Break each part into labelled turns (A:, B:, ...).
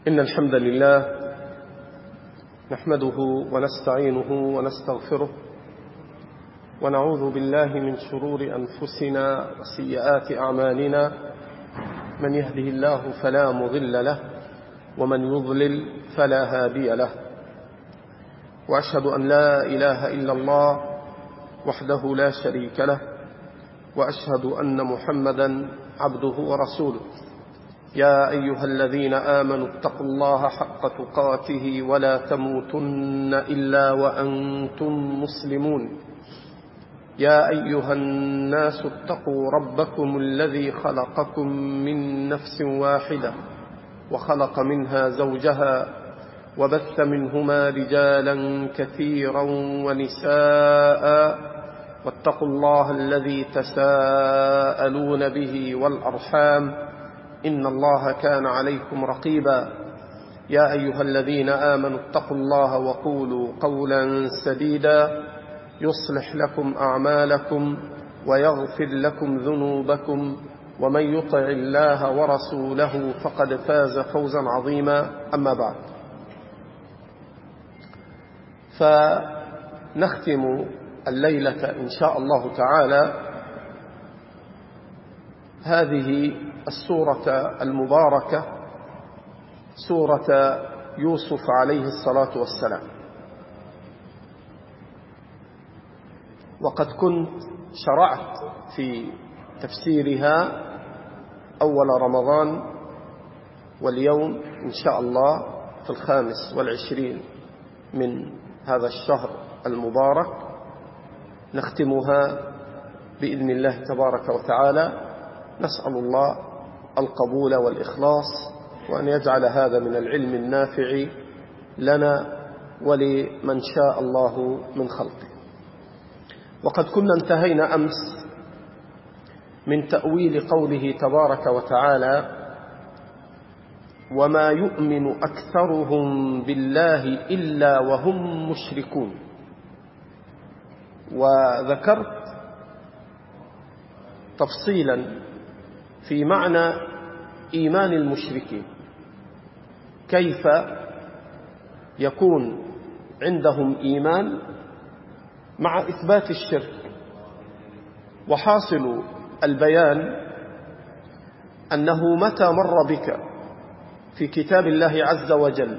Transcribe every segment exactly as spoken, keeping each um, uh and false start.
A: إن الحمد لله نحمده ونستعينه ونستغفره ونعوذ بالله من شرور أنفسنا وسيئات أعمالنا. من يهده الله فلا مضل له ومن يضلل فلا هادي له، وأشهد أن لا إله إلا الله وحده لا شريك له، وأشهد أن محمدا عبده ورسوله. يا أيها الذين آمنوا اتقوا الله حق تقاته ولا تموتن إلا وأنتم مسلمون. يا أيها الناس اتقوا ربكم الذي خلقكم من نفس واحدة وخلق منها زوجها وبث منهما رجالا كثيرا ونساء، واتقوا الله الذي تساءلون به والأرحام إن الله كان عليكم رقيبا. يا أيها الذين آمنوا اتقوا الله وقولوا قولا سديدا يصلح لكم أعمالكم ويغفر لكم ذنوبكم، ومن يطع الله ورسوله فقد فاز فوزا عظيما. أما بعد، فنختم الليلة إن شاء الله تعالى هذه السورة المباركة، سورة يوسف عليه الصلاة والسلام. وقد كنت شرعت في تفسيرها أول رمضان، واليوم إن شاء الله في الخامس والعشرين من هذا الشهر المبارك نختمها بإذن الله تبارك وتعالى. نسأل الله القبول والإخلاص، وأن يجعل هذا من العلم النافع لنا ولمن شاء الله من خلقه. وقد كنا انتهينا أمس من تأويل قوله تبارك وتعالى: وما يؤمن أكثرهم بالله إلا وهم مشركون. وذكرت تفصيلا في معنى إيمان المشركين، كيف يكون عندهم إيمان مع إثبات الشرك. وحاصل البيان أنه متى مر بك في كتاب الله عز وجل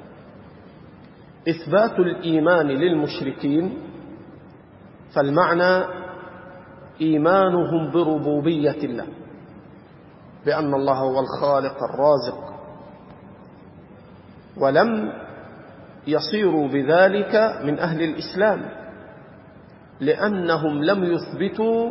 A: إثبات الإيمان للمشركين، فالمعنى إيمانهم بربوبية الله، بأن الله هو الخالق الرازق، ولم يصيروا بذلك من أهل الإسلام، لأنهم لم يثبتوا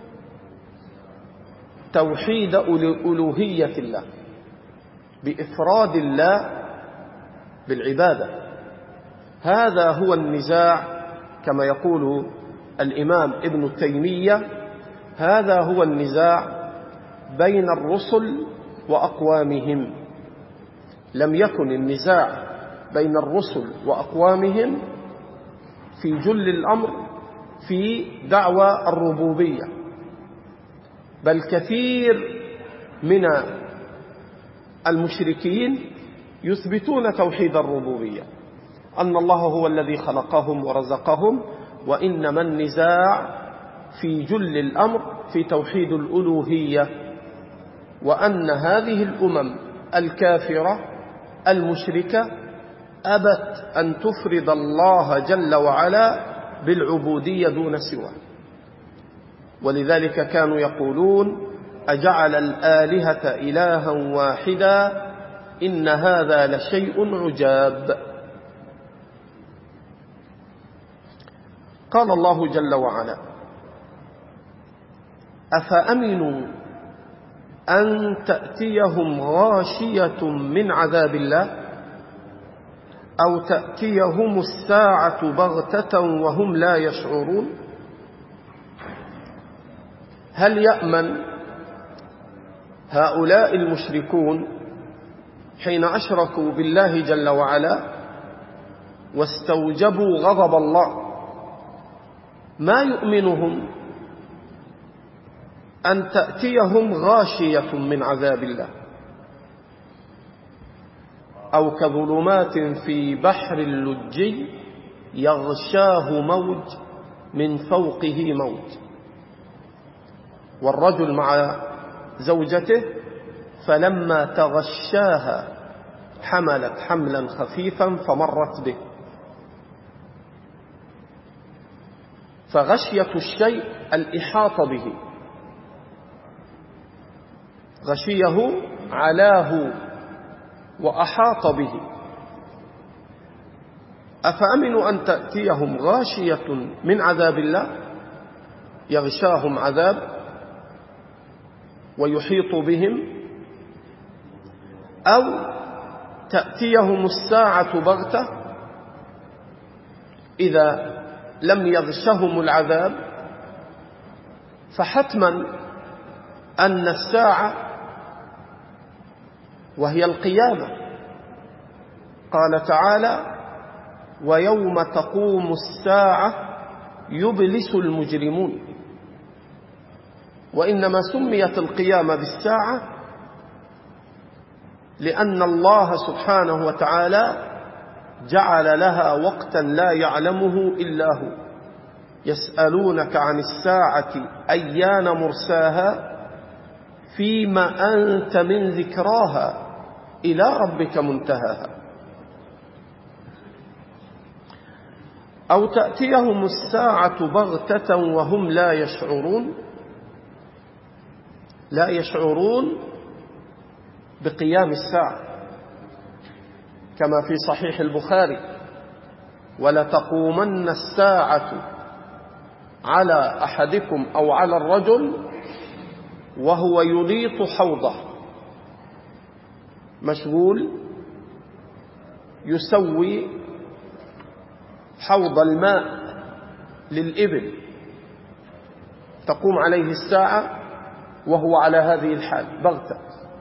A: توحيد ألوهية الله بإفراد الله بالعبادة. هذا هو النزاع، كما يقول الإمام ابن تيمية، هذا هو النزاع بين الرسل وأقوامهم. لم يكن النزاع بين الرسل وأقوامهم في جل الأمر في دعوى الربوبية، بل كثير من المشركين يثبتون توحيد الربوبية، أن الله هو الذي خلقهم ورزقهم، وإنما النزاع في جل الأمر في توحيد الألوهية، وأن هذه الأمم الكافرة المشركة أبت أن تفرد الله جل وعلا بالعبودية دون سواه. ولذلك كانوا يقولون: أجعل الآلهة إلها واحدا إن هذا لشيء عجاب. قال الله جل وعلا: أفأمنوا أن تأتيهم غاشية من عذاب الله أو تأتيهم الساعة بغتة وهم لا يشعرون. هل يأمن هؤلاء المشركون حين أشركوا بالله جل وعلا واستوجبوا غضب الله، ما يؤمنهم أن تأتيهم غاشية من عذاب الله أو كظلمات في بحر اللجي يغشاه موج من فوقه موج. والرجل مع زوجته فلما تغشاها حملت حملا خفيفا فمرت به. فغشية الشيء الإحاطة به، غشيه علاه وأحاط به. أفأمنوا أن تأتيهم غاشية من عذاب الله يغشاهم عذاب ويحيط بهم، أو تأتيهم الساعة بغتة إذا لم يغشهم العذاب فحتما أن الساعة وهي القيامة. قال تعالى: ويوم تقوم الساعة يبلس المجرمون. وإنما سميت القيامة بالساعة لأن الله سبحانه وتعالى جعل لها وقتا لا يعلمه إلا هو. يسألونك عن الساعة أيان مرساها فيما أنت من ذكراها إلى ربك منتهاها. أو تأتيهم الساعة بغتة وهم لا يشعرون، لا يشعرون بقيام الساعة، كما في صحيح البخاري: ولتقومن الساعة على أحدكم أو على الرجل وهو يليط حوضه، مشغول يسوي حوض الماء للإبل، تقوم عليه الساعة وهو على هذه الحال بغتة.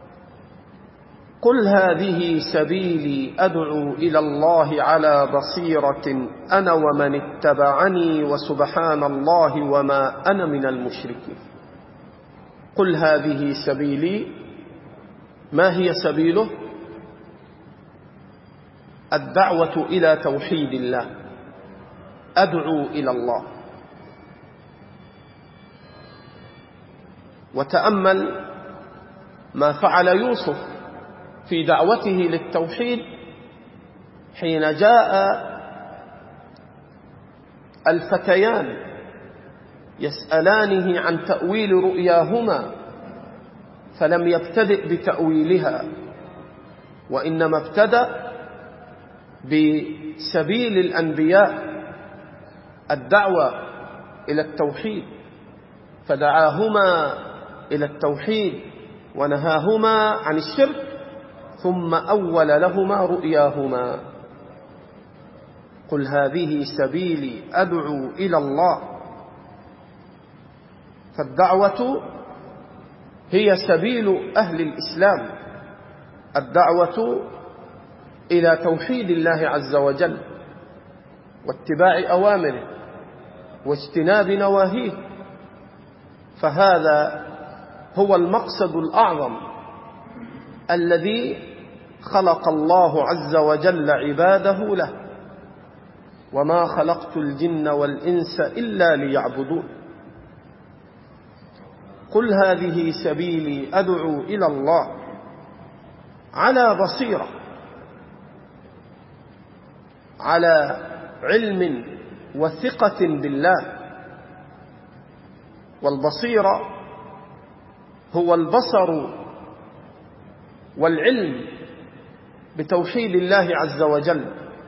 A: قل هذه سبيلي أدعو إلى الله على بصيرة أنا ومن اتبعني وسبحان الله وما أنا من المشركين. قل هذه سبيلي، ما هي سبيله؟ الدعوة إلى توحيد الله، أدعو إلى الله. وتأمل ما فعل يوسف في دعوته للتوحيد حين جاء الفتيان يسألانه عن تأويل رؤياهما فلم يبتدئ بتأويلها، وإنما ابتدأ بسبيل الأنبياء الدعوة إلى التوحيد، فدعاهما إلى التوحيد ونهاهما عن الشرك، ثم أول لهما رؤياهما. قل هذه سبيلي أدعو إلى الله. فالدعوة هي سبيل أهل الإسلام، الدعوة إلى توحيد الله عز وجل واتباع أوامره واجتناب نواهيه. فهذا هو المقصد الأعظم الذي خلق الله عز وجل عباده له: وما خلقت الجن والإنس إلا ليعبدون. قل هذه سبيلي أدعو إلى الله على بصيرة، على علم وثقة بالله. والبصيرة هو البصر والعلم بتوحيد الله عز وجل.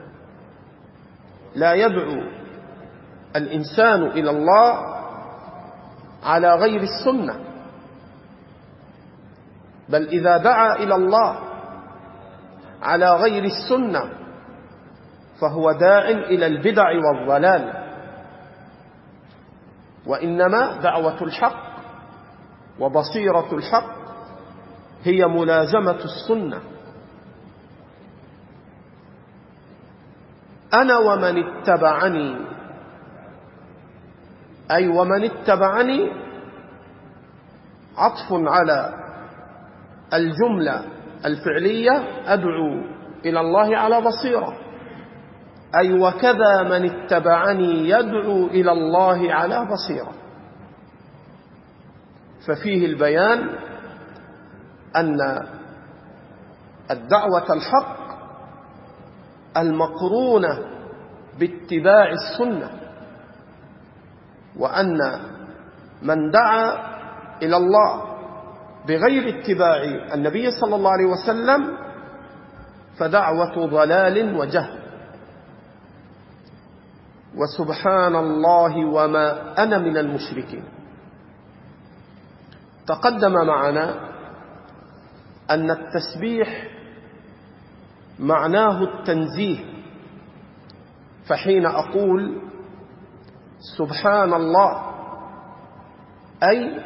A: لا يدعو الإنسان إلى الله على غير السنة، بل إذا دعا إلى الله على غير السنة فهو داع إلى البدع والضلال. وإنما دعوة الحق وبصيرة الحق هي ملازمة السنة. أنا ومن اتبعني، أي ومن اتبعني عطف على الجملة الفعلية أدعو إلى الله على بصيرة، أي وكذا من اتبعني يدعو إلى الله على بصيرة. ففيه البيان أن الدعوة الحق المقرونة باتباع السنة، وأن من دعا إلى الله بغير اتباع النبي صلى الله عليه وسلم فدعوة ضلال وجهل. وسبحان الله وما أنا من المشركين. تقدم معنا أن التسبيح معناه التنزيه، فحين أقول سبحان الله أي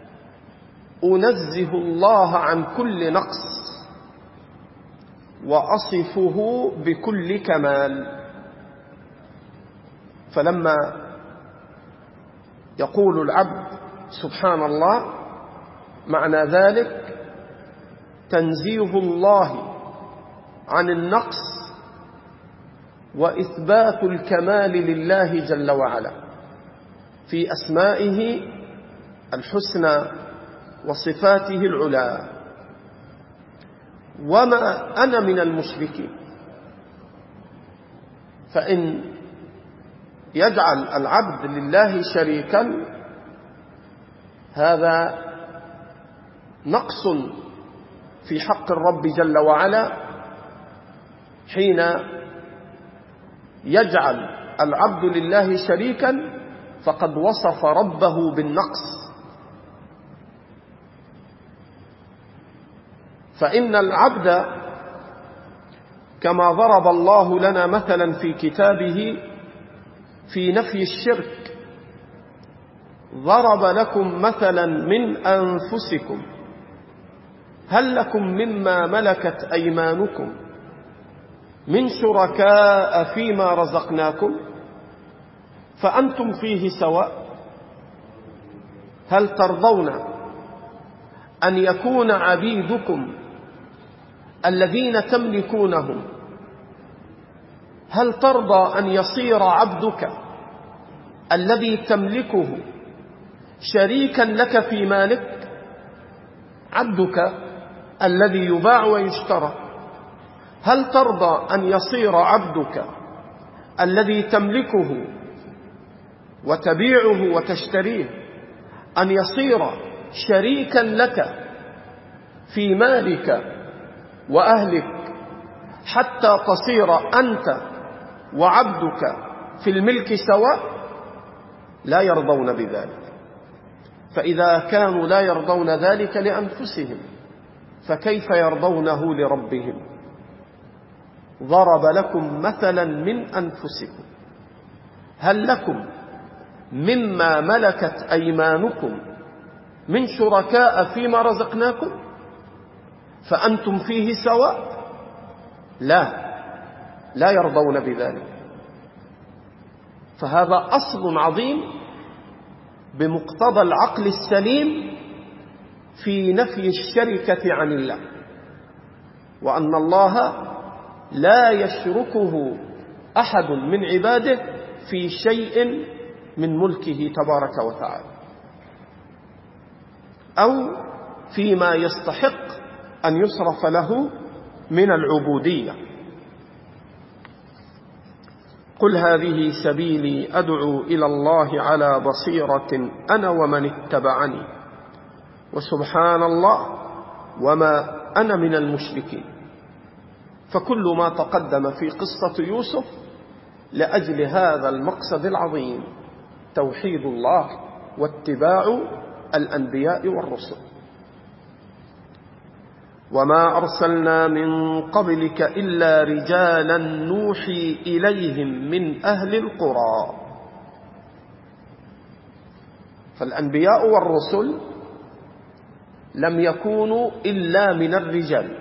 A: أنزه الله عن كل نقص وأصفه بكل كمال. فلما يقول العبد سبحان الله معنى ذلك تنزيه الله عن النقص وإثبات الكمال لله جل وعلا في أسمائه الحسنى وصفاته العلى. وما أنا من المشركين، فإن يجعل العبد لله شريكا هذا نقص في حق الرب جل وعلا، حين يجعل العبد لله شريكا فقد وصف ربه بالنقص. فإن العبد كما ضرب الله لنا مثلا في كتابه في نفي الشرك، ضرب لكم مثلا من أنفسكم هل لكم مما ملكت أيمانكم من شركاء فيما رزقناكم فأنتم فيه سواء، هل ترضون أن يكون عبيدكم الذين تملكونهم، هل ترضى أن يصير عبدك الذي تملكه شريكا لك في مالك؟ عبدك الذي يباع ويشترى، هل ترضى أن يصير عبدك الذي تملكه وتبيعه وتشتريه أن يصير شريكا لك في مالك وأهلك حتى تصير أنت وعبدك في الملك سواء؟ لا يرضون بذلك. فإذا كانوا لا يرضون ذلك لأنفسهم فكيف يرضونه لربهم؟ ضرب لكم مثلا من أنفسكم هل لكم مما ملكت أيمانكم من شركاء فيما رزقناكم فأنتم فيه سواء؟ لا لا يرضون بذلك. فهذا أصل عظيم بمقتضى العقل السليم في نفي الشركة عن الله، وأن الله لا يشركه أحد من عباده في شيء من ملكه تبارك وتعالى أو فيما يستحق أن يصرف له من العبودية. قل هذه سبيلي أدعو إلى الله على بصيرة أنا ومن اتبعني وسبحان الله وما أنا من المشركين. فكل ما تقدم في قصة يوسف لأجل هذا المقصد العظيم، توحيد الله واتباع الأنبياء والرسل. وما أرسلنا من قبلك إلا رجالا نوحي إليهم من أهل القرى. فالأنبياء والرسل لم يكونوا إلا من الرجال،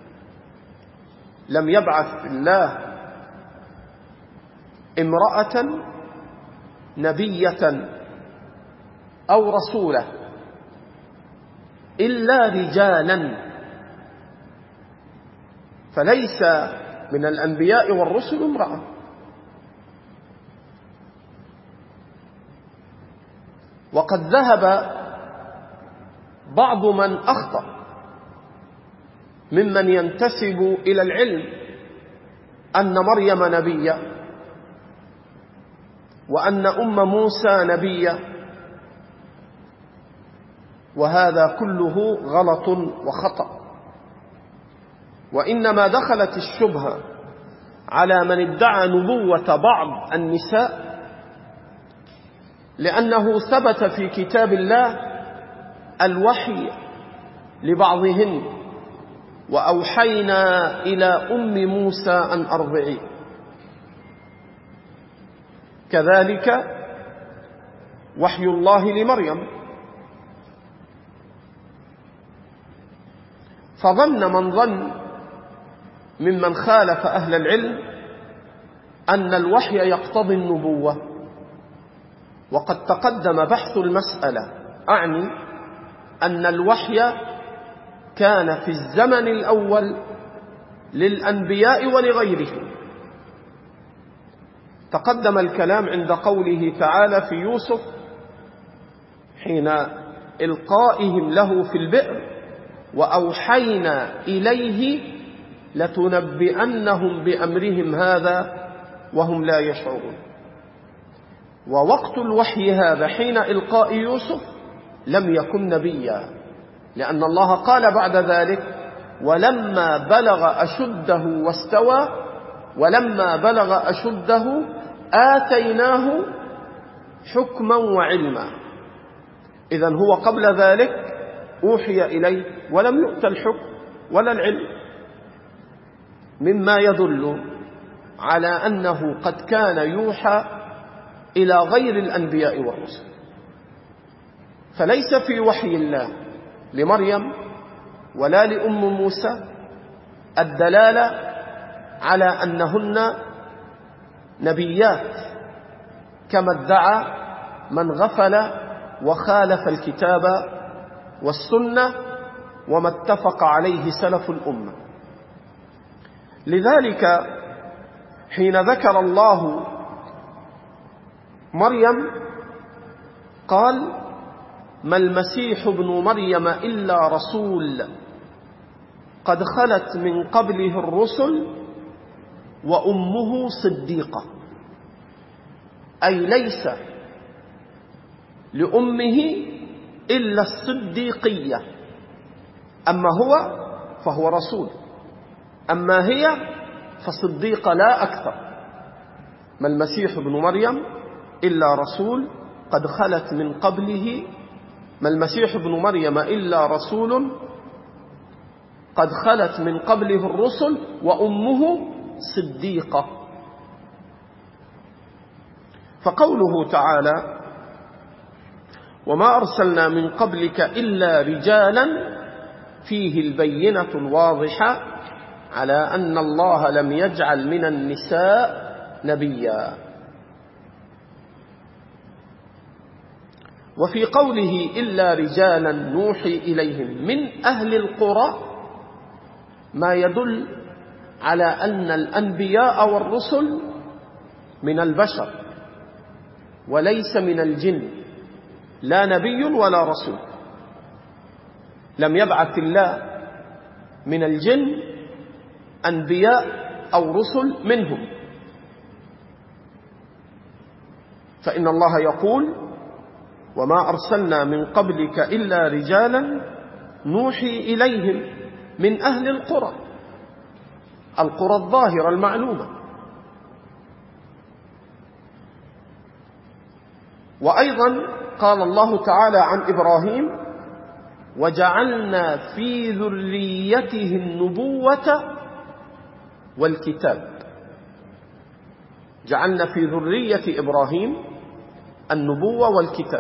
A: لم يبعث الله امرأة نبية أو رسولة إلا رجالا. فليس من الأنبياء والرسل امرأة. وقد ذهب بعض من أخطأ ممن ينتسب إلى العلم أن مريم نبية وأن أم موسى نبية، وهذا كله غلط وخطأ. وإنما دخلت الشبهة على من ادعى نبوة بعض النساء لأنه ثبت في كتاب الله الوحي لبعضهن: وأوحينا إلى أم موسى أن أرضعيه. كذلك وحي الله لمريم. فظن من ظن ممن خالف أهل العلم أن الوحي يقتضي النبوة، وقد تقدم بحث المسألة. أعني أن الوحي كان في الزمن الأول للأنبياء ولغيرهم. تقدم الكلام عند قوله تعالى في يوسف حين إلقائهم له في البئر: وأوحينا إليه لتنبئنهم بأمرهم هذا وهم لا يشعرون. ووقت الوحي هذا حين إلقاء يوسف لم يكن نبيا، لأن الله قال بعد ذلك: ولما بلغ أشده واستوى ولما بلغ أشده آتيناه حكما وعلما. إذن هو قبل ذلك أوحي إليه ولم يؤت الحكم ولا العلم، مما يدل على أنه قد كان يوحى إلى غير الأنبياء والرسل. فليس في وحي الله لمريم ولا لأم موسى الدلالة على أنهن نبيات كما ادعى من غفل وخالف الكتاب والسنة وما اتفق عليه سلف الأمة. لذلك حين ذكر الله مريم قال: ما المسيح ابن مريم إلا رسول قد خلت من قبله الرسل وأمه صديقة. أي ليس لأمه إلا الصديقية، أما هو فهو رسول، أما هي فصديقة لا أكثر. ما المسيح ابن مريم إلا رسول قد خلت من قبله ما المسيح ابن مريم إلا رسول قد خلت من قبله الرسل وأمه صديقة. فقوله تعالى: وما أرسلنا من قبلك إلا رجالا، فيه البينة الواضحة على أن الله لم يجعل من النساء نبيا. وفي قوله إلا رجالا نوحي إليهم من أهل القرى ما يدل على أن الأنبياء والرسل من البشر وليس من الجن، لا نبي ولا رسول. لم يبعث الله من الجن أنبياء أو رسل منهم. فإن الله يقول: وما أرسلنا من قبلك إلا رجالا نوحي إليهم من أهل القرى، القرى الظاهرة المعلومة. وأيضا قال الله تعالى عن إبراهيم: وجعلنا في ذريته النبوة والكتاب. جعلنا في ذرية إبراهيم النبوة والكتاب.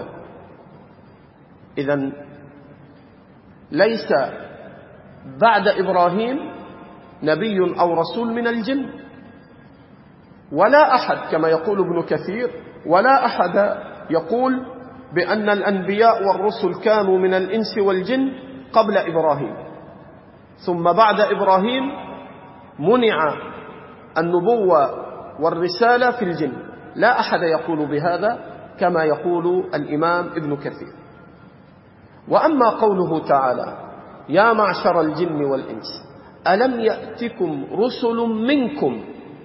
A: إذن ليس بعد إبراهيم نبي أو رسول من الجن، ولا أحد كما يقول ابن كثير، ولا أحد يقول بأن الأنبياء والرسل كانوا من الإنس والجن قبل إبراهيم، ثم بعد إبراهيم منع النبوة والرسالة في الجن. لا أحد يقول بهذا كما يقول الإمام ابن كثير. وأما قوله تعالى يا معشر الجن والإنس ألم يأتكم رسل منكم،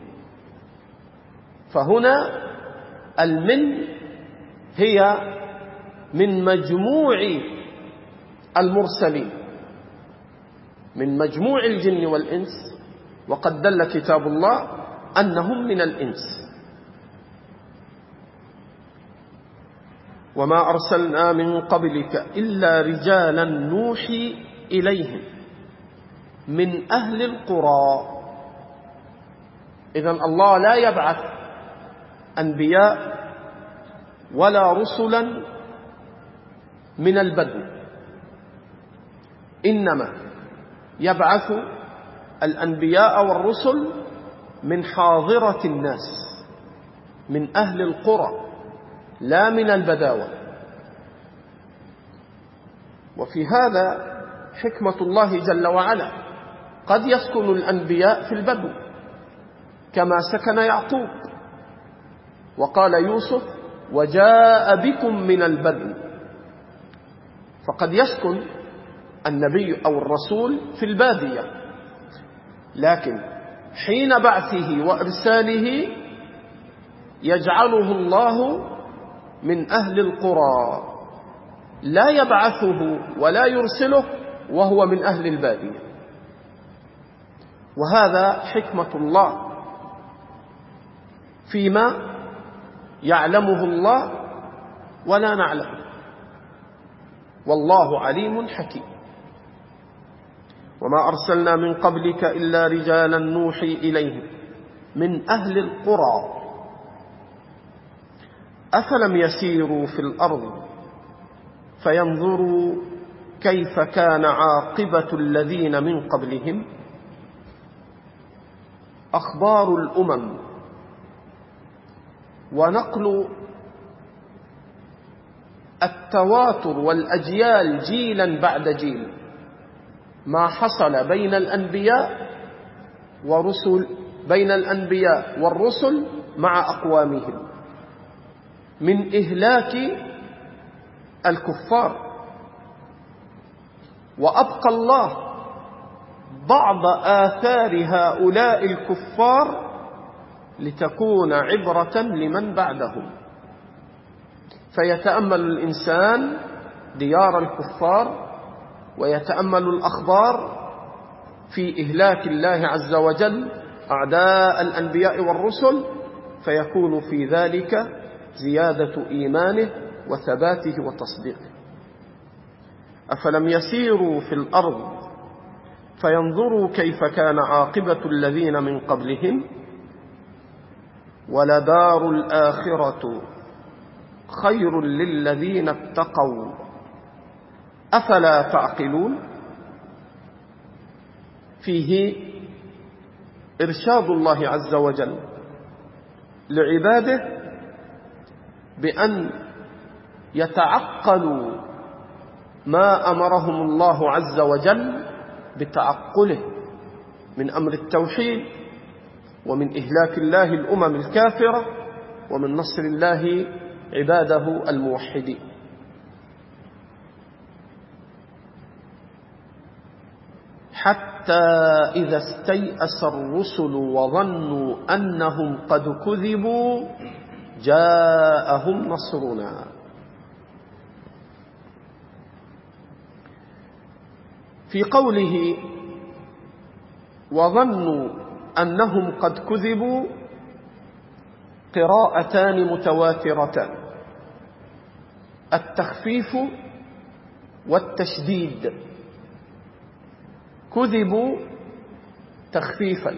A: فهنا المن هي من مجموع المرسلين، من مجموع الجن والإنس، وقد دل كتاب الله أنهم من الإنس. وما أرسلنا من قبلك إلا رجالا نوحي إليهم من أهل القرى. إذن الله لا يبعث أنبياء ولا رسلا من البدو، إنما يبعث الأنبياء والرسل من حاضرة الناس، من أهل القرى، لا من البداوة. وفي هذا حكمة الله جل وعلا، قد يسكن الأنبياء في البدو كما سكن يعقوب، وقال يوسف وجاء بكم من البدو، فقد يسكن النبي أو الرسول في البادية، لكن حين بعثه وإرساله يجعله الله من أهل القرى، لا يبعثه ولا يرسله وهو من أهل البادية. وهذا حكمة الله فيما يعلمه الله ولا نعلمه، والله عليم حكيم. وما أرسلنا من قبلك إلا رجالا نوحي إليهم من أهل القرى أفلم يسيروا في الأرض فينظروا كيف كان عاقبة الذين من قبلهم. أخبار الأمم ونقل التواتر والأجيال جيلا بعد جيل ما حصل بين الأنبياء ورسل بين الأنبياء والرسل مع أقوامهم من إهلاك الكفار، وأبقى الله بعض آثار هؤلاء الكفار لتكون عبرة لمن بعدهم. فيتأمل الإنسان ديار الكفار ويتأمل الأخبار في إهلاك الله عز وجل أعداء الأنبياء والرسل، فيكون في ذلك زيادة إيمانه وثباته وتصديقه. أفلم يسيروا في الأرض فينظروا كيف كان عاقبة الذين من قبلهم ولدار الآخرة خير للذين اتقوا أفلا تعقلون. فيه إرشاد الله عز وجل لعباده بأن يتعقلوا ما أمرهم الله عز وجل بتعقله من أمر التوحيد ومن إهلاك الله الأمم الكافرة ومن نصر الله عباده الموحدين. حتى إذا استيأس الرسل وظنوا أنهم قد كذبوا جاءهم نصرنا. في قوله وظنوا أنهم قد كذبوا قراءتان متواترتان، التخفيف والتشديد. كذبوا تخفيفا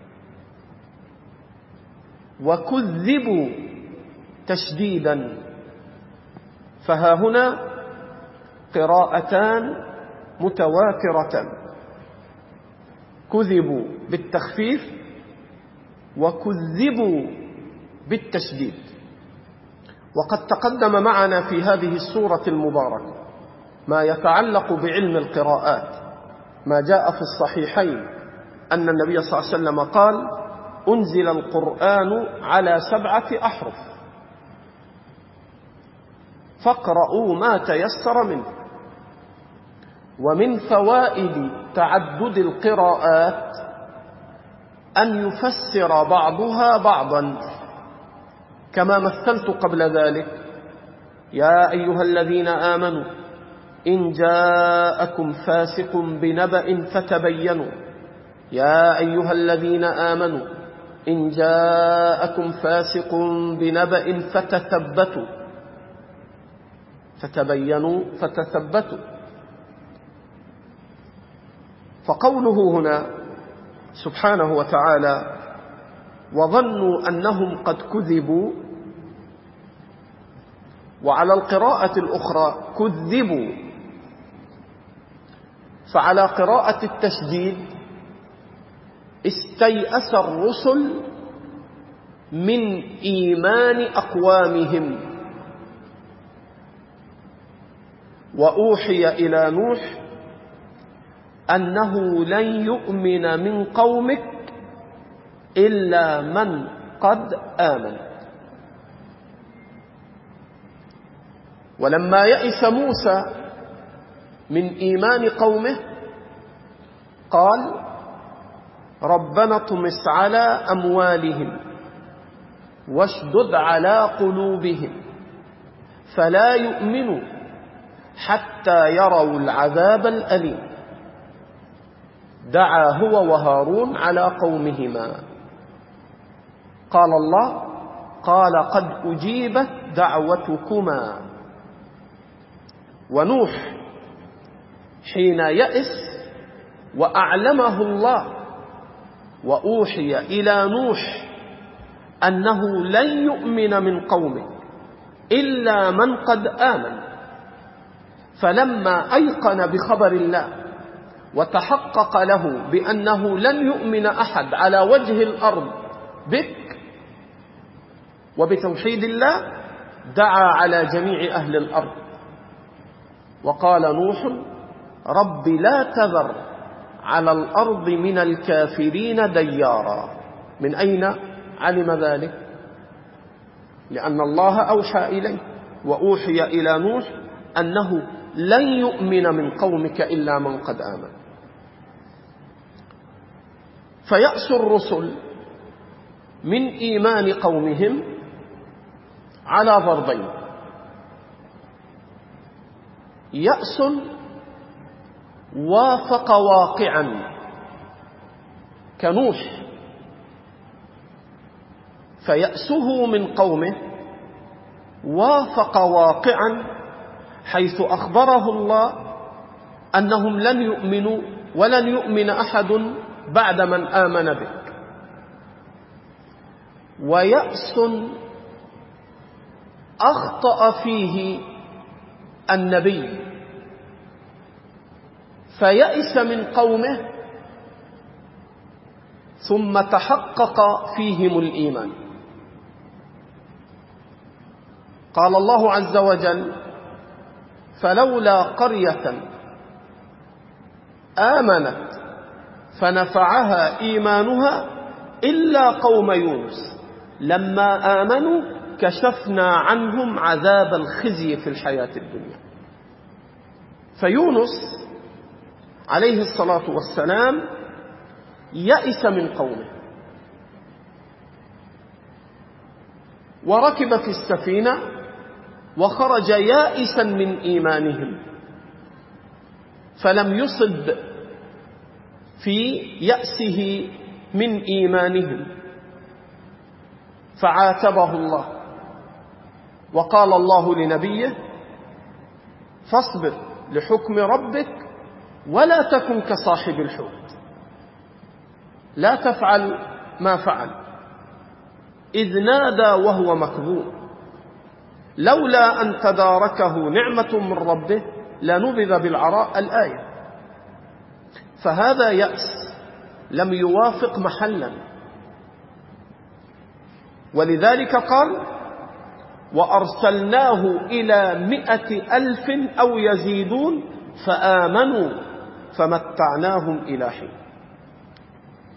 A: وكذبوا تشديدا، فها هنا قراءتان متواترتان، كذبوا بالتخفيف وكذبوا بالتشديد. وقد تقدم معنا في هذه السورة المباركة ما يتعلق بعلم القراءات، ما جاء في الصحيحين أن النبي صلى الله عليه وسلم قال: أنزل القرآن على سبعة أحرف فاقرؤوا ما تيسر منه. ومن فوائد تعدد القراءات أن يفسر بعضها بعضا، كما مثلت قبل ذلك: يا أيها الذين آمنوا إن جاءكم فاسق بنبأ فتبينوا، يا أيها الذين آمنوا إن جاءكم فاسق بنبأ فتثبتوا فتبينوا فتثبتوا. فقوله هنا سبحانه وتعالى: وظنوا أنهم قد كذبوا، وعلى القراءة الأخرى كذبوا، فعلى قراءة التشديد استيأس الرسل من إيمان أقوامهم. وأوحي إلى نوح أنه لن يؤمن من قومك إلا من قد آمن. ولما يئس موسى من إيمان قومه قال: ربنا اطمس على أموالهم واشدد على قلوبهم فلا يؤمنوا حتى يروا العذاب الأليم. دعا هو وهارون على قومهما. قال الله: قال قد أجيبت دعوتكما. ونوح حين يئس وأعلمه الله وأوحي إلى نوح أنه لن يؤمن من قومه إلا من قد آمن، فلما أيقن بخبر الله وتحقق له بأنه لن يؤمن أحد على وجه الأرض بك وبتوحيد الله، دعا على جميع أهل الأرض وقال نوح: رب لا تذر على الأرض من الكافرين ديارا. من أين علم ذلك؟ لأن الله أوحى إليه وأوحي إلى نوح أنه لن يؤمن من قومك إلا من قد آمن. فيأس الرسل من إيمان قومهم على ضربين: يأس وافق واقعا كنوح، فيأسه من قومه وافق واقعا حيث أخبره الله أنهم لن يؤمنوا ولن يؤمن أحد بعد من آمن بك. ويأس أخطأ فيه النبي فيأس من قومه ثم تحقق فيهم الإيمان. قال الله عز وجل: فلولا قرية آمنت فنفعها إيمانها إلا قوم يونس لما آمنوا كشفنا عنهم عذاب الخزي في الحياة الدنيا. فيونس عليه الصلاة والسلام يئس من قومه وركب في السفينة وخرج يائسا من إيمانهم، فلم يصب في يأسه من إيمانهم، فعاتبه الله. وقال الله لنبيه: فاصبر لحكم ربك ولا تكن كصاحب الحوت، لا تفعل ما فعل إذ نادى وهو مكظوم لولا أن تداركه نعمة من ربه لنبذ بالعراء. الآية. فهذا يأس لم يوافق محلا، ولذلك قال: وأرسلناه إلى مئة ألف أو يزيدون فآمنوا فمتعناهم إلى حين.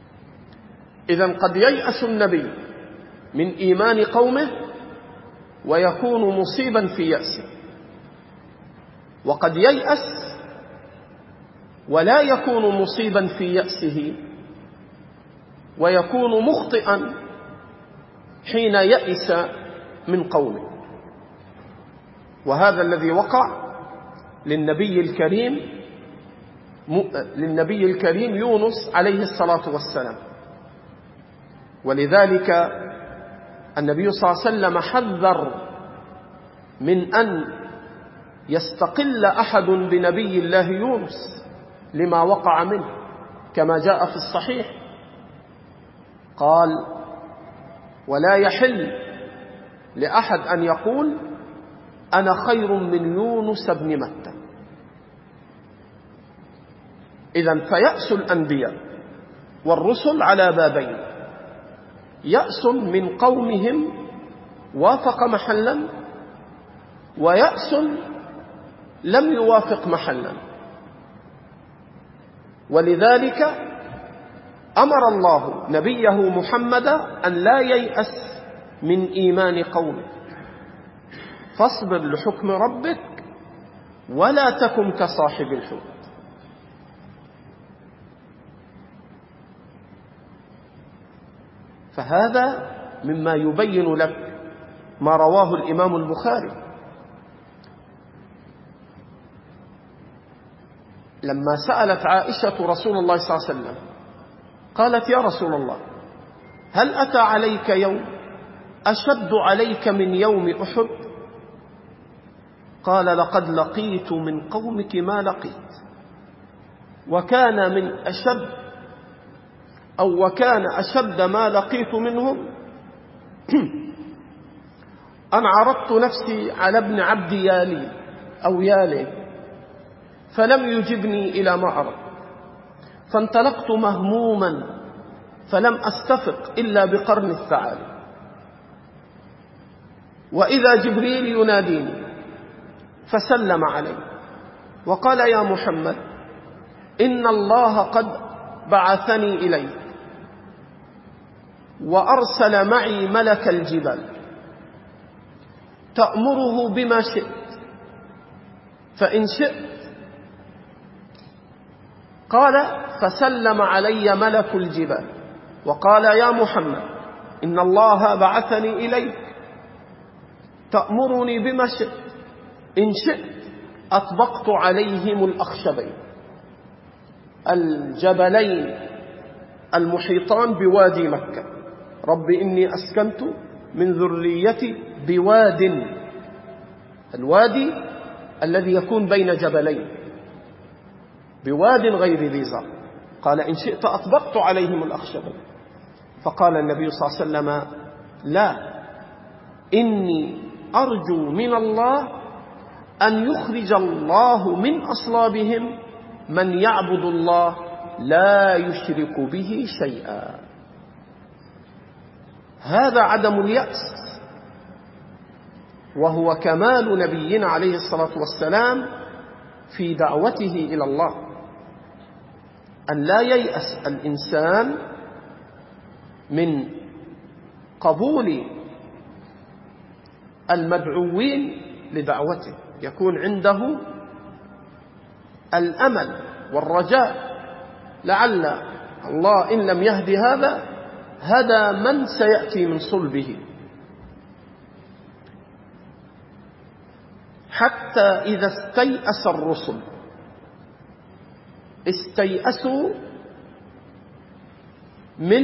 A: إذن قد ييأس النبي من إيمان قومه ويكون مصيبا في يأسه، وقد ييأس ولا يكون مصيبا في يأسه ويكون مخطئا حين يأس من قومه. وهذا الذي وقع للنبي الكريم للنبي الكريم يونس عليه الصلاة والسلام. ولذلك النبي صلى الله عليه وسلم حذر من أن يستقل أحد بنبي الله يونس لما وقع منه، كما جاء في الصحيح قال: ولا يحل لأحد أن يقول أنا خير من يونس بن متى. إذن فيأس الأنبياء والرسل على بابين: يأس من قومهم وافق محلا، ويأس لم يوافق محلا. ولذلك أمر الله نبيه محمدا أن لا ييأس من إيمان قومه، فاصبر لحكم ربك ولا تكن كصاحب الحوت. فهذا مما يبين لك ما رواه الإمام البخاري لما سألت عائشة رسول الله صلى الله عليه وسلم قالت: يا رسول الله، هل أتى عليك يوم أشد عليك من يوم أحد؟ قال: لقد لقيت من قومك ما لقيت، وكان من أشد أو وكان أشد ما لقيت منهم أن عرضت نفسي على ابن عبد يالي أو يالي فلم يجبني إلى ما أردت، فانطلقت مهموما فلم أستفق إلا بقرن الثعالب، وإذا جبريل يناديني فسلم علي وقال: يا محمد، إن الله قد بعثني إليك وأرسل معي ملك الجبال تأمره بما شئت، فإن شئت. قال: فسلم علي ملك الجبال وقال: يا محمد، إن الله بعثني إليك تأمرني بما شئت، إن شئت أطبقت عليهم الأخشبين الجبلين المحيطان بوادي مكة. رب إني أسكنت من ذريتي بواد، الوادي الذي يكون بين جبلين، بواد غير ذي زرع. قال: إن شئت أطبقت عليهم الأخشبين. فقال النبي صلى الله عليه وسلم: لا، إني أرجو من الله أن يخرج الله من أصلابهم من يعبد الله لا يشرك به شيئا. هذا عدم اليأس، وهو كمال نبينا عليه الصلاة والسلام في دعوته إلى الله، أن لا ييأس الإنسان من قبول المدعوين لدعوته، يكون عنده الأمل والرجاء، لعل الله إن لم يهدي هذا هدى من سيأتي من صلبه. حتى إذا استيأس الرسل استيأسوا من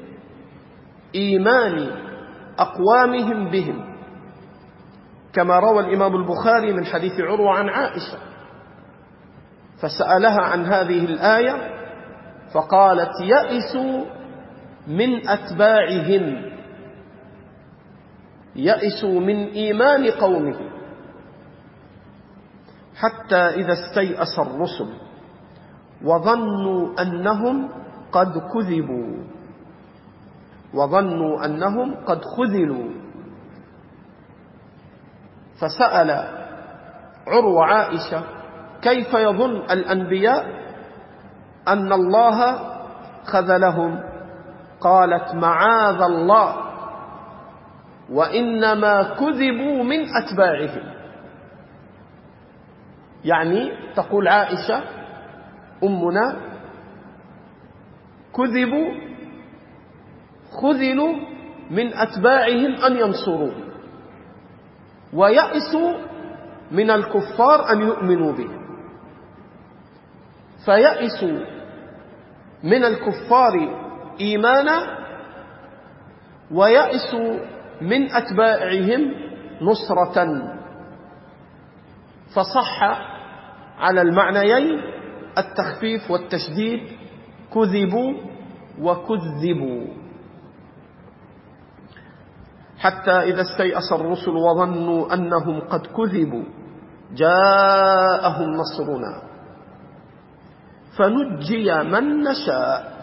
A: إيمان أقوامهم بهم، كما روى الإمام البخاري من حديث عروة عن عائشة، فسألها عن هذه الآية فقالت: يئسوا من أتباعهم، يئسوا من إيمان قومه. حتى إذا استيأس الرسل وظنوا أنهم قد كذبوا وظنوا أنهم قد خذلوا. فسأل عروة عائشة: كيف يظن الأنبياء أن الله خذلهم؟ قالت معاذ الله وإنما كذبوا من أتباعهم. يعني تقول عائشة أمنا كذبوا خذلوا من أتباعهم أن ينصروه، ويأسوا من الكفار أن يؤمنوا به، فيأسوا من الكفار إيمانا ويأسوا من أتباعهم نصرة. فصح على المعنيين التخفيف والتشديد، كذبوا وكذبوا. حتى إذا استيأس الرسل وظنوا أنهم قد كذبوا جاءهم نصرنا فنجي من نشاء.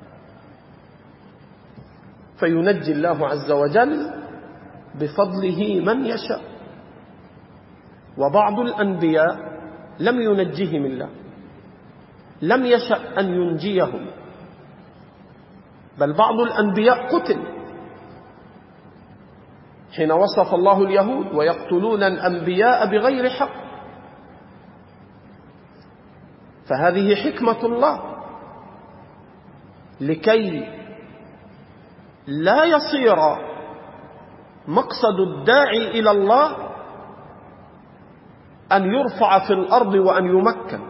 A: فينجي الله عز وجل بفضله من يشاء. وبعض الأنبياء لم ينجهم الله، لم يشأ أن ينجيهم، بل بعض الأنبياء قتل حين وصف الله اليهود ويقتلون الأنبياء بغير حق. فهذه حكمة الله لكي لا يصير مقصد الداعي إلى الله أن يرفع في الأرض وأن يمكن.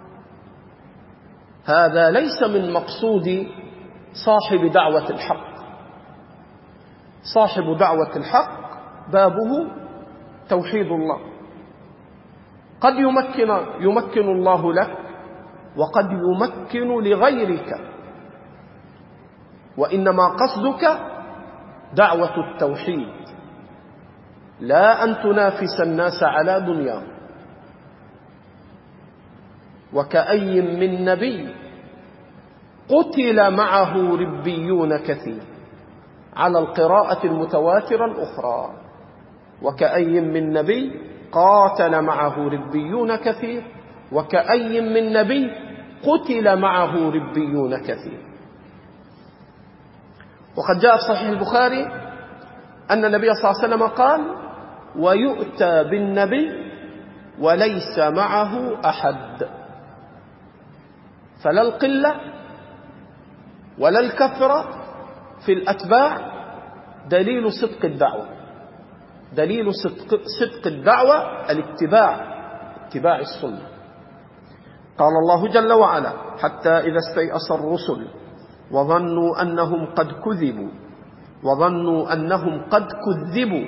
A: هذا ليس من مقصود صاحب دعوة الحق. صاحب دعوة الحق بابه توحيد الله. قد يمكن يمكن الله لك وقد يمكن لغيرك، وإنما قصدك دعوة التوحيد، لا أن تنافس الناس على دنياهم. وكأي من نبي قتل معه ربيون كثير، على القراءة المتواترة الأخرى وكأي من نبي قاتل معه ربيون كثير، وكأي من نبي قتل معه ربيون كثير. وقد جاء في صحيح البخاري أن النبي صلى الله عليه وسلم قال: ويؤتى بالنبي وليس معه أحد. فلا القلة ولا الكثرة في الأتباع دليل صدق الدعوة. دليل صدق, صدق الدعوة الاتباع، اتباع السنة. قال الله جل وعلا: حتى إذا استيأس الرسل وظنوا أنهم قد كذبوا وظنوا أنهم قد كذبوا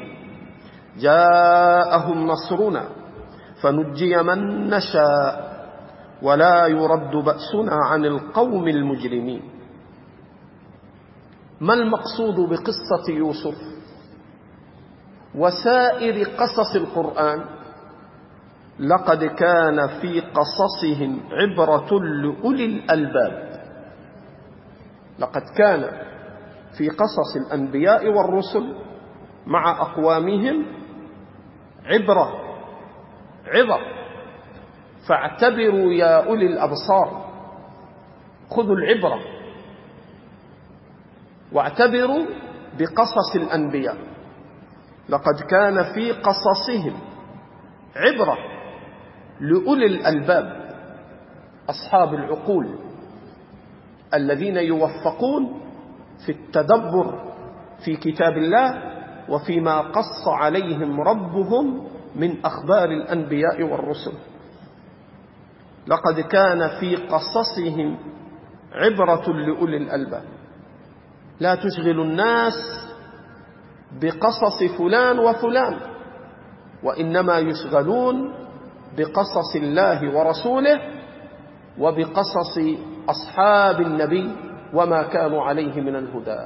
A: جاءهم نصرنا فنجي من نشاء ولا يرد بأسنا عن القوم المجرمين. ما المقصود بقصة يوسف وسائر قصص القرآن؟ لقد كان في قصصهم عبرة لأولي الألباب. لقد كان في قصص الأنبياء والرسل مع أقوامهم عبرة عظة، فاعتبروا يا أولي الأبصار، خذوا العبرة واعتبروا بقصص الأنبياء. لقد كان في قصصهم عبرة لأولي الألباب، أصحاب العقول الذين يوفقون في التدبر في كتاب الله وفيما قص عليهم ربهم من أخبار الأنبياء والرسل. لقد كان في قصصهم عبرة لأولي الألباب. لا تشغل الناس بقصص فلان وفلان، وإنما يشغلون بقصص الله ورسوله وبقصص أصحاب النبي وما كانوا عليه من الهدى.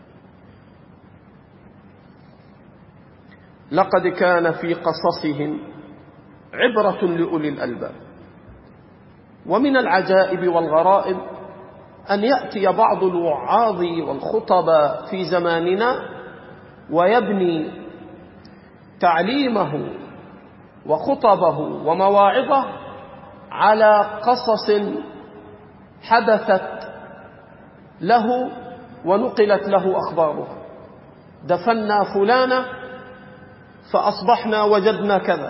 A: لقد كان في قصصهم عبرة لأولي الألباب. ومن العجائب والغرائب أن يأتي بعض الوعاظ والخطباء في زماننا ويبني تعليمه وخطبه ومواعظه على قصص حدثت له ونقلت له أخباره. دفنا فلانا فأصبحنا وجدنا كذا،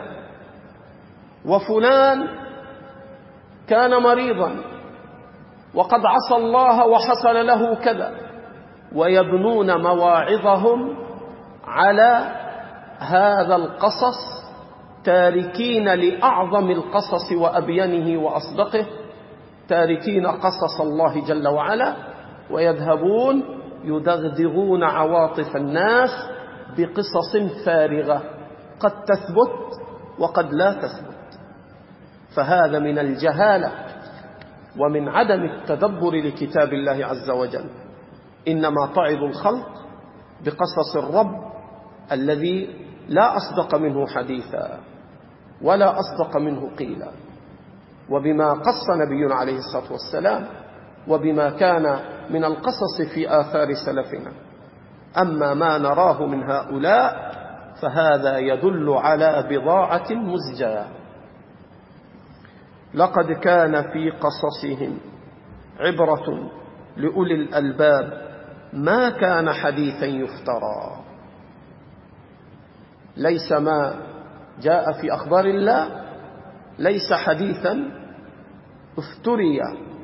A: وفلان كان مريضا وقد عصى الله وحصل له كذا، ويبنون مواعظهم على هذا القصص، تاركين لأعظم القصص وأبينه وأصدقه، تاركين قصص الله جل وعلا، ويذهبون يدغدغون عواطف الناس بقصص فارغة قد تثبت وقد لا تثبت. فهذا من الجهالة ومن عدم التدبر لكتاب الله عز وجل. إنما تعظ الخلق بقصص الرب الذي لا أصدق منه حديثا ولا أصدق منه قيلا، وبما قص نبينا عليه الصلاة والسلام، وبما كان من القصص في آثار سلفنا. أما ما نراه من هؤلاء فهذا يدل على بضاعة مزجاة. لقد كان في قصصهم عبرة لأولي الألباب ما كان حديثا يفترى. ليس ما جاء في أخبار الله ليس حديثا افتري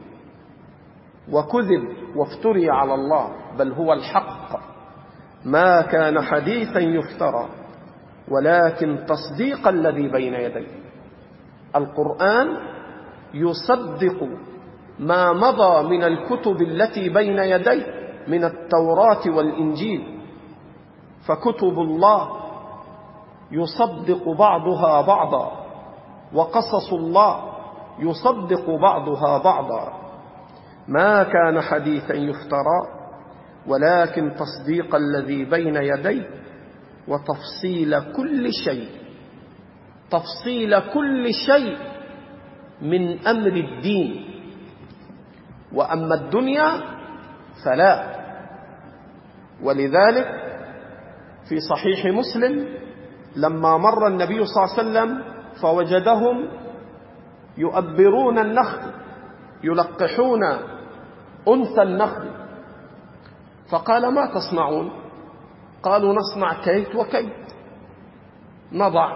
A: وكذب وافتري على الله، بل هو الحق. ما كان حديثا يفترى ولكن تصديق الذي بين يديه. القرآن يصدق ما مضى من الكتب التي بين يديه من التوراة والإنجيل. فكتب الله يصدق بعضها بعضا، وقصص الله يصدق بعضها بعضا. ما كان حديثا يفترى ولكن تصديق الذي بين يديه وتفصيل كل شيء، تفصيل كل شيء من أمر الدين. وأما الدنيا فلا. ولذلك في صحيح مسلم لما مر النبي صلى الله عليه وسلم فوجدهم يؤبرون النخل، يلقحون أنثى النخل، فقال: ما تصنعون؟ قالوا: نصنع كيت وكيت، نضع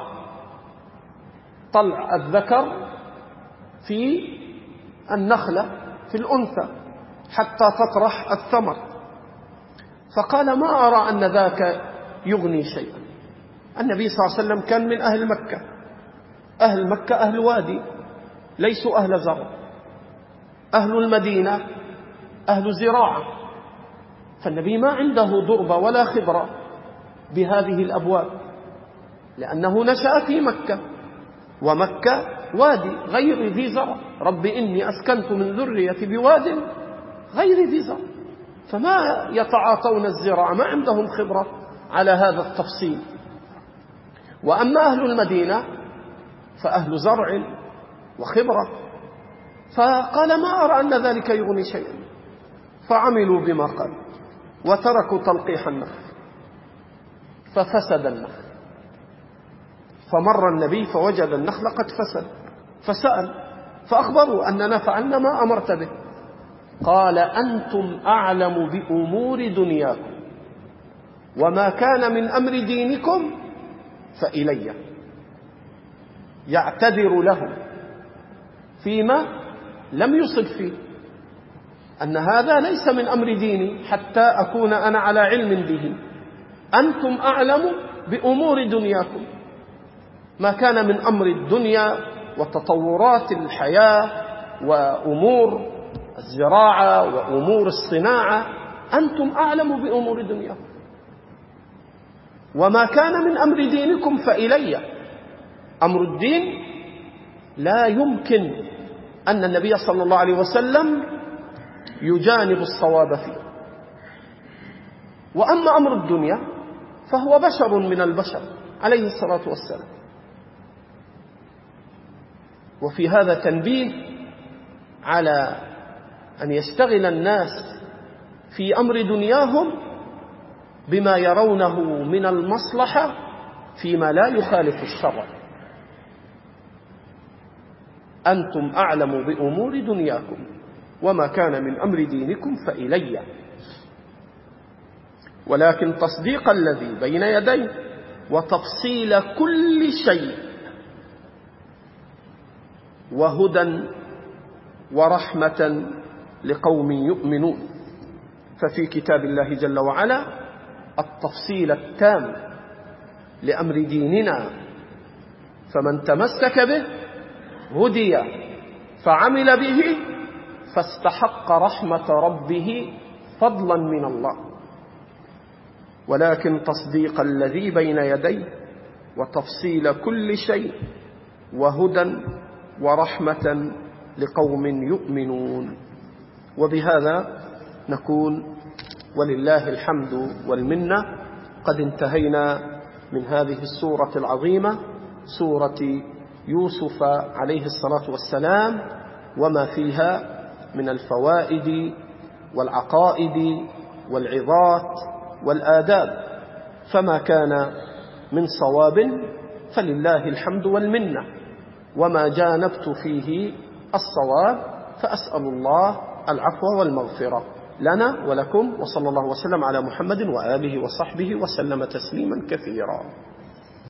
A: طلع الذكر في النخلة في الأنثى حتى تطرح الثمر. فقال: ما أرى أن ذاك يغني شيئا. النبي صلى الله عليه وسلم كان من أهل مكة، أهل مكة أهل وادي، ليسوا أهل زرع. أهل المدينة أهل زراعة، فالنبي ما عنده ضربة ولا خبرة بهذه الأبواب، لأنه نشأ في مكة، ومكة وادي غير ذي زرع. رب إني أسكنت من ذريتي بواد غير ذي زرع، فما يتعاطون الزراعة، ما عندهم خبرة على هذا التفصيل. وأما أهل المدينة فأهل زرع وخبرة. فقال: ما أرى أن ذلك يغني شيئا. فعملوا بما قال وتركوا تلقيح النخل، ففسد النخل. فمر النبي فوجد النخل قد فسد، فسأل فأخبروا أننا فعلنا ما أمرت به. قال: أنتم أعلم بأمور دنياكم، وما كان من أمر دينكم فإلي. يعتذر لهم فيما لم يصب فيه، أن هذا ليس من أمر ديني حتى أكون أنا على علم به. أنتم أعلم بأمور دنياكم، ما كان من أمر الدنيا وتطورات الحياة وأمور الزراعة وأمور الصناعة، أنتم أعلم بأمور دنياكم. وما كان من أمر دينكم فإلي. أمر الدين لا يمكن أن النبي صلى الله عليه وسلم يجانب الصواب فيه. وأما أمر الدنيا فهو بشر من البشر عليه الصلاة والسلام. وفي هذا تنبيه على أن يشتغل الناس في أمر دنياهم بما يرونه من المصلحة فيما لا يخالف الشرع. أنتم أعلم بأمور دنياكم، وما كان من أمر دينكم فإلي. ولكن تصديق الذي بين يديه وتفصيل كل شيء وهدى ورحمة لقوم يؤمنون. ففي كتاب الله جل وعلا التفصيل التام لأمر ديننا، فمن تمسك به هدي فعمل به فاستحق رحمة ربه فضلا من الله. ولكن تصديق الذي بين يديه وتفصيل كل شيء وهدى ورحمة لقوم يؤمنون. وبهذا نكون ولله الحمد والمنة قد انتهينا من هذه السورة العظيمة، سورة يوسف عليه الصلاة والسلام، وما فيها من الفوائد والعقائد والعظات والآداب. فما كان من صواب فلله الحمد والمنة، وما جانبت فيه الصواب فأسأل الله العفو والمغفرة لنا ولكم، وصلى الله وسلم على محمد وآله وصحبه وسلم تسليما كثيرا.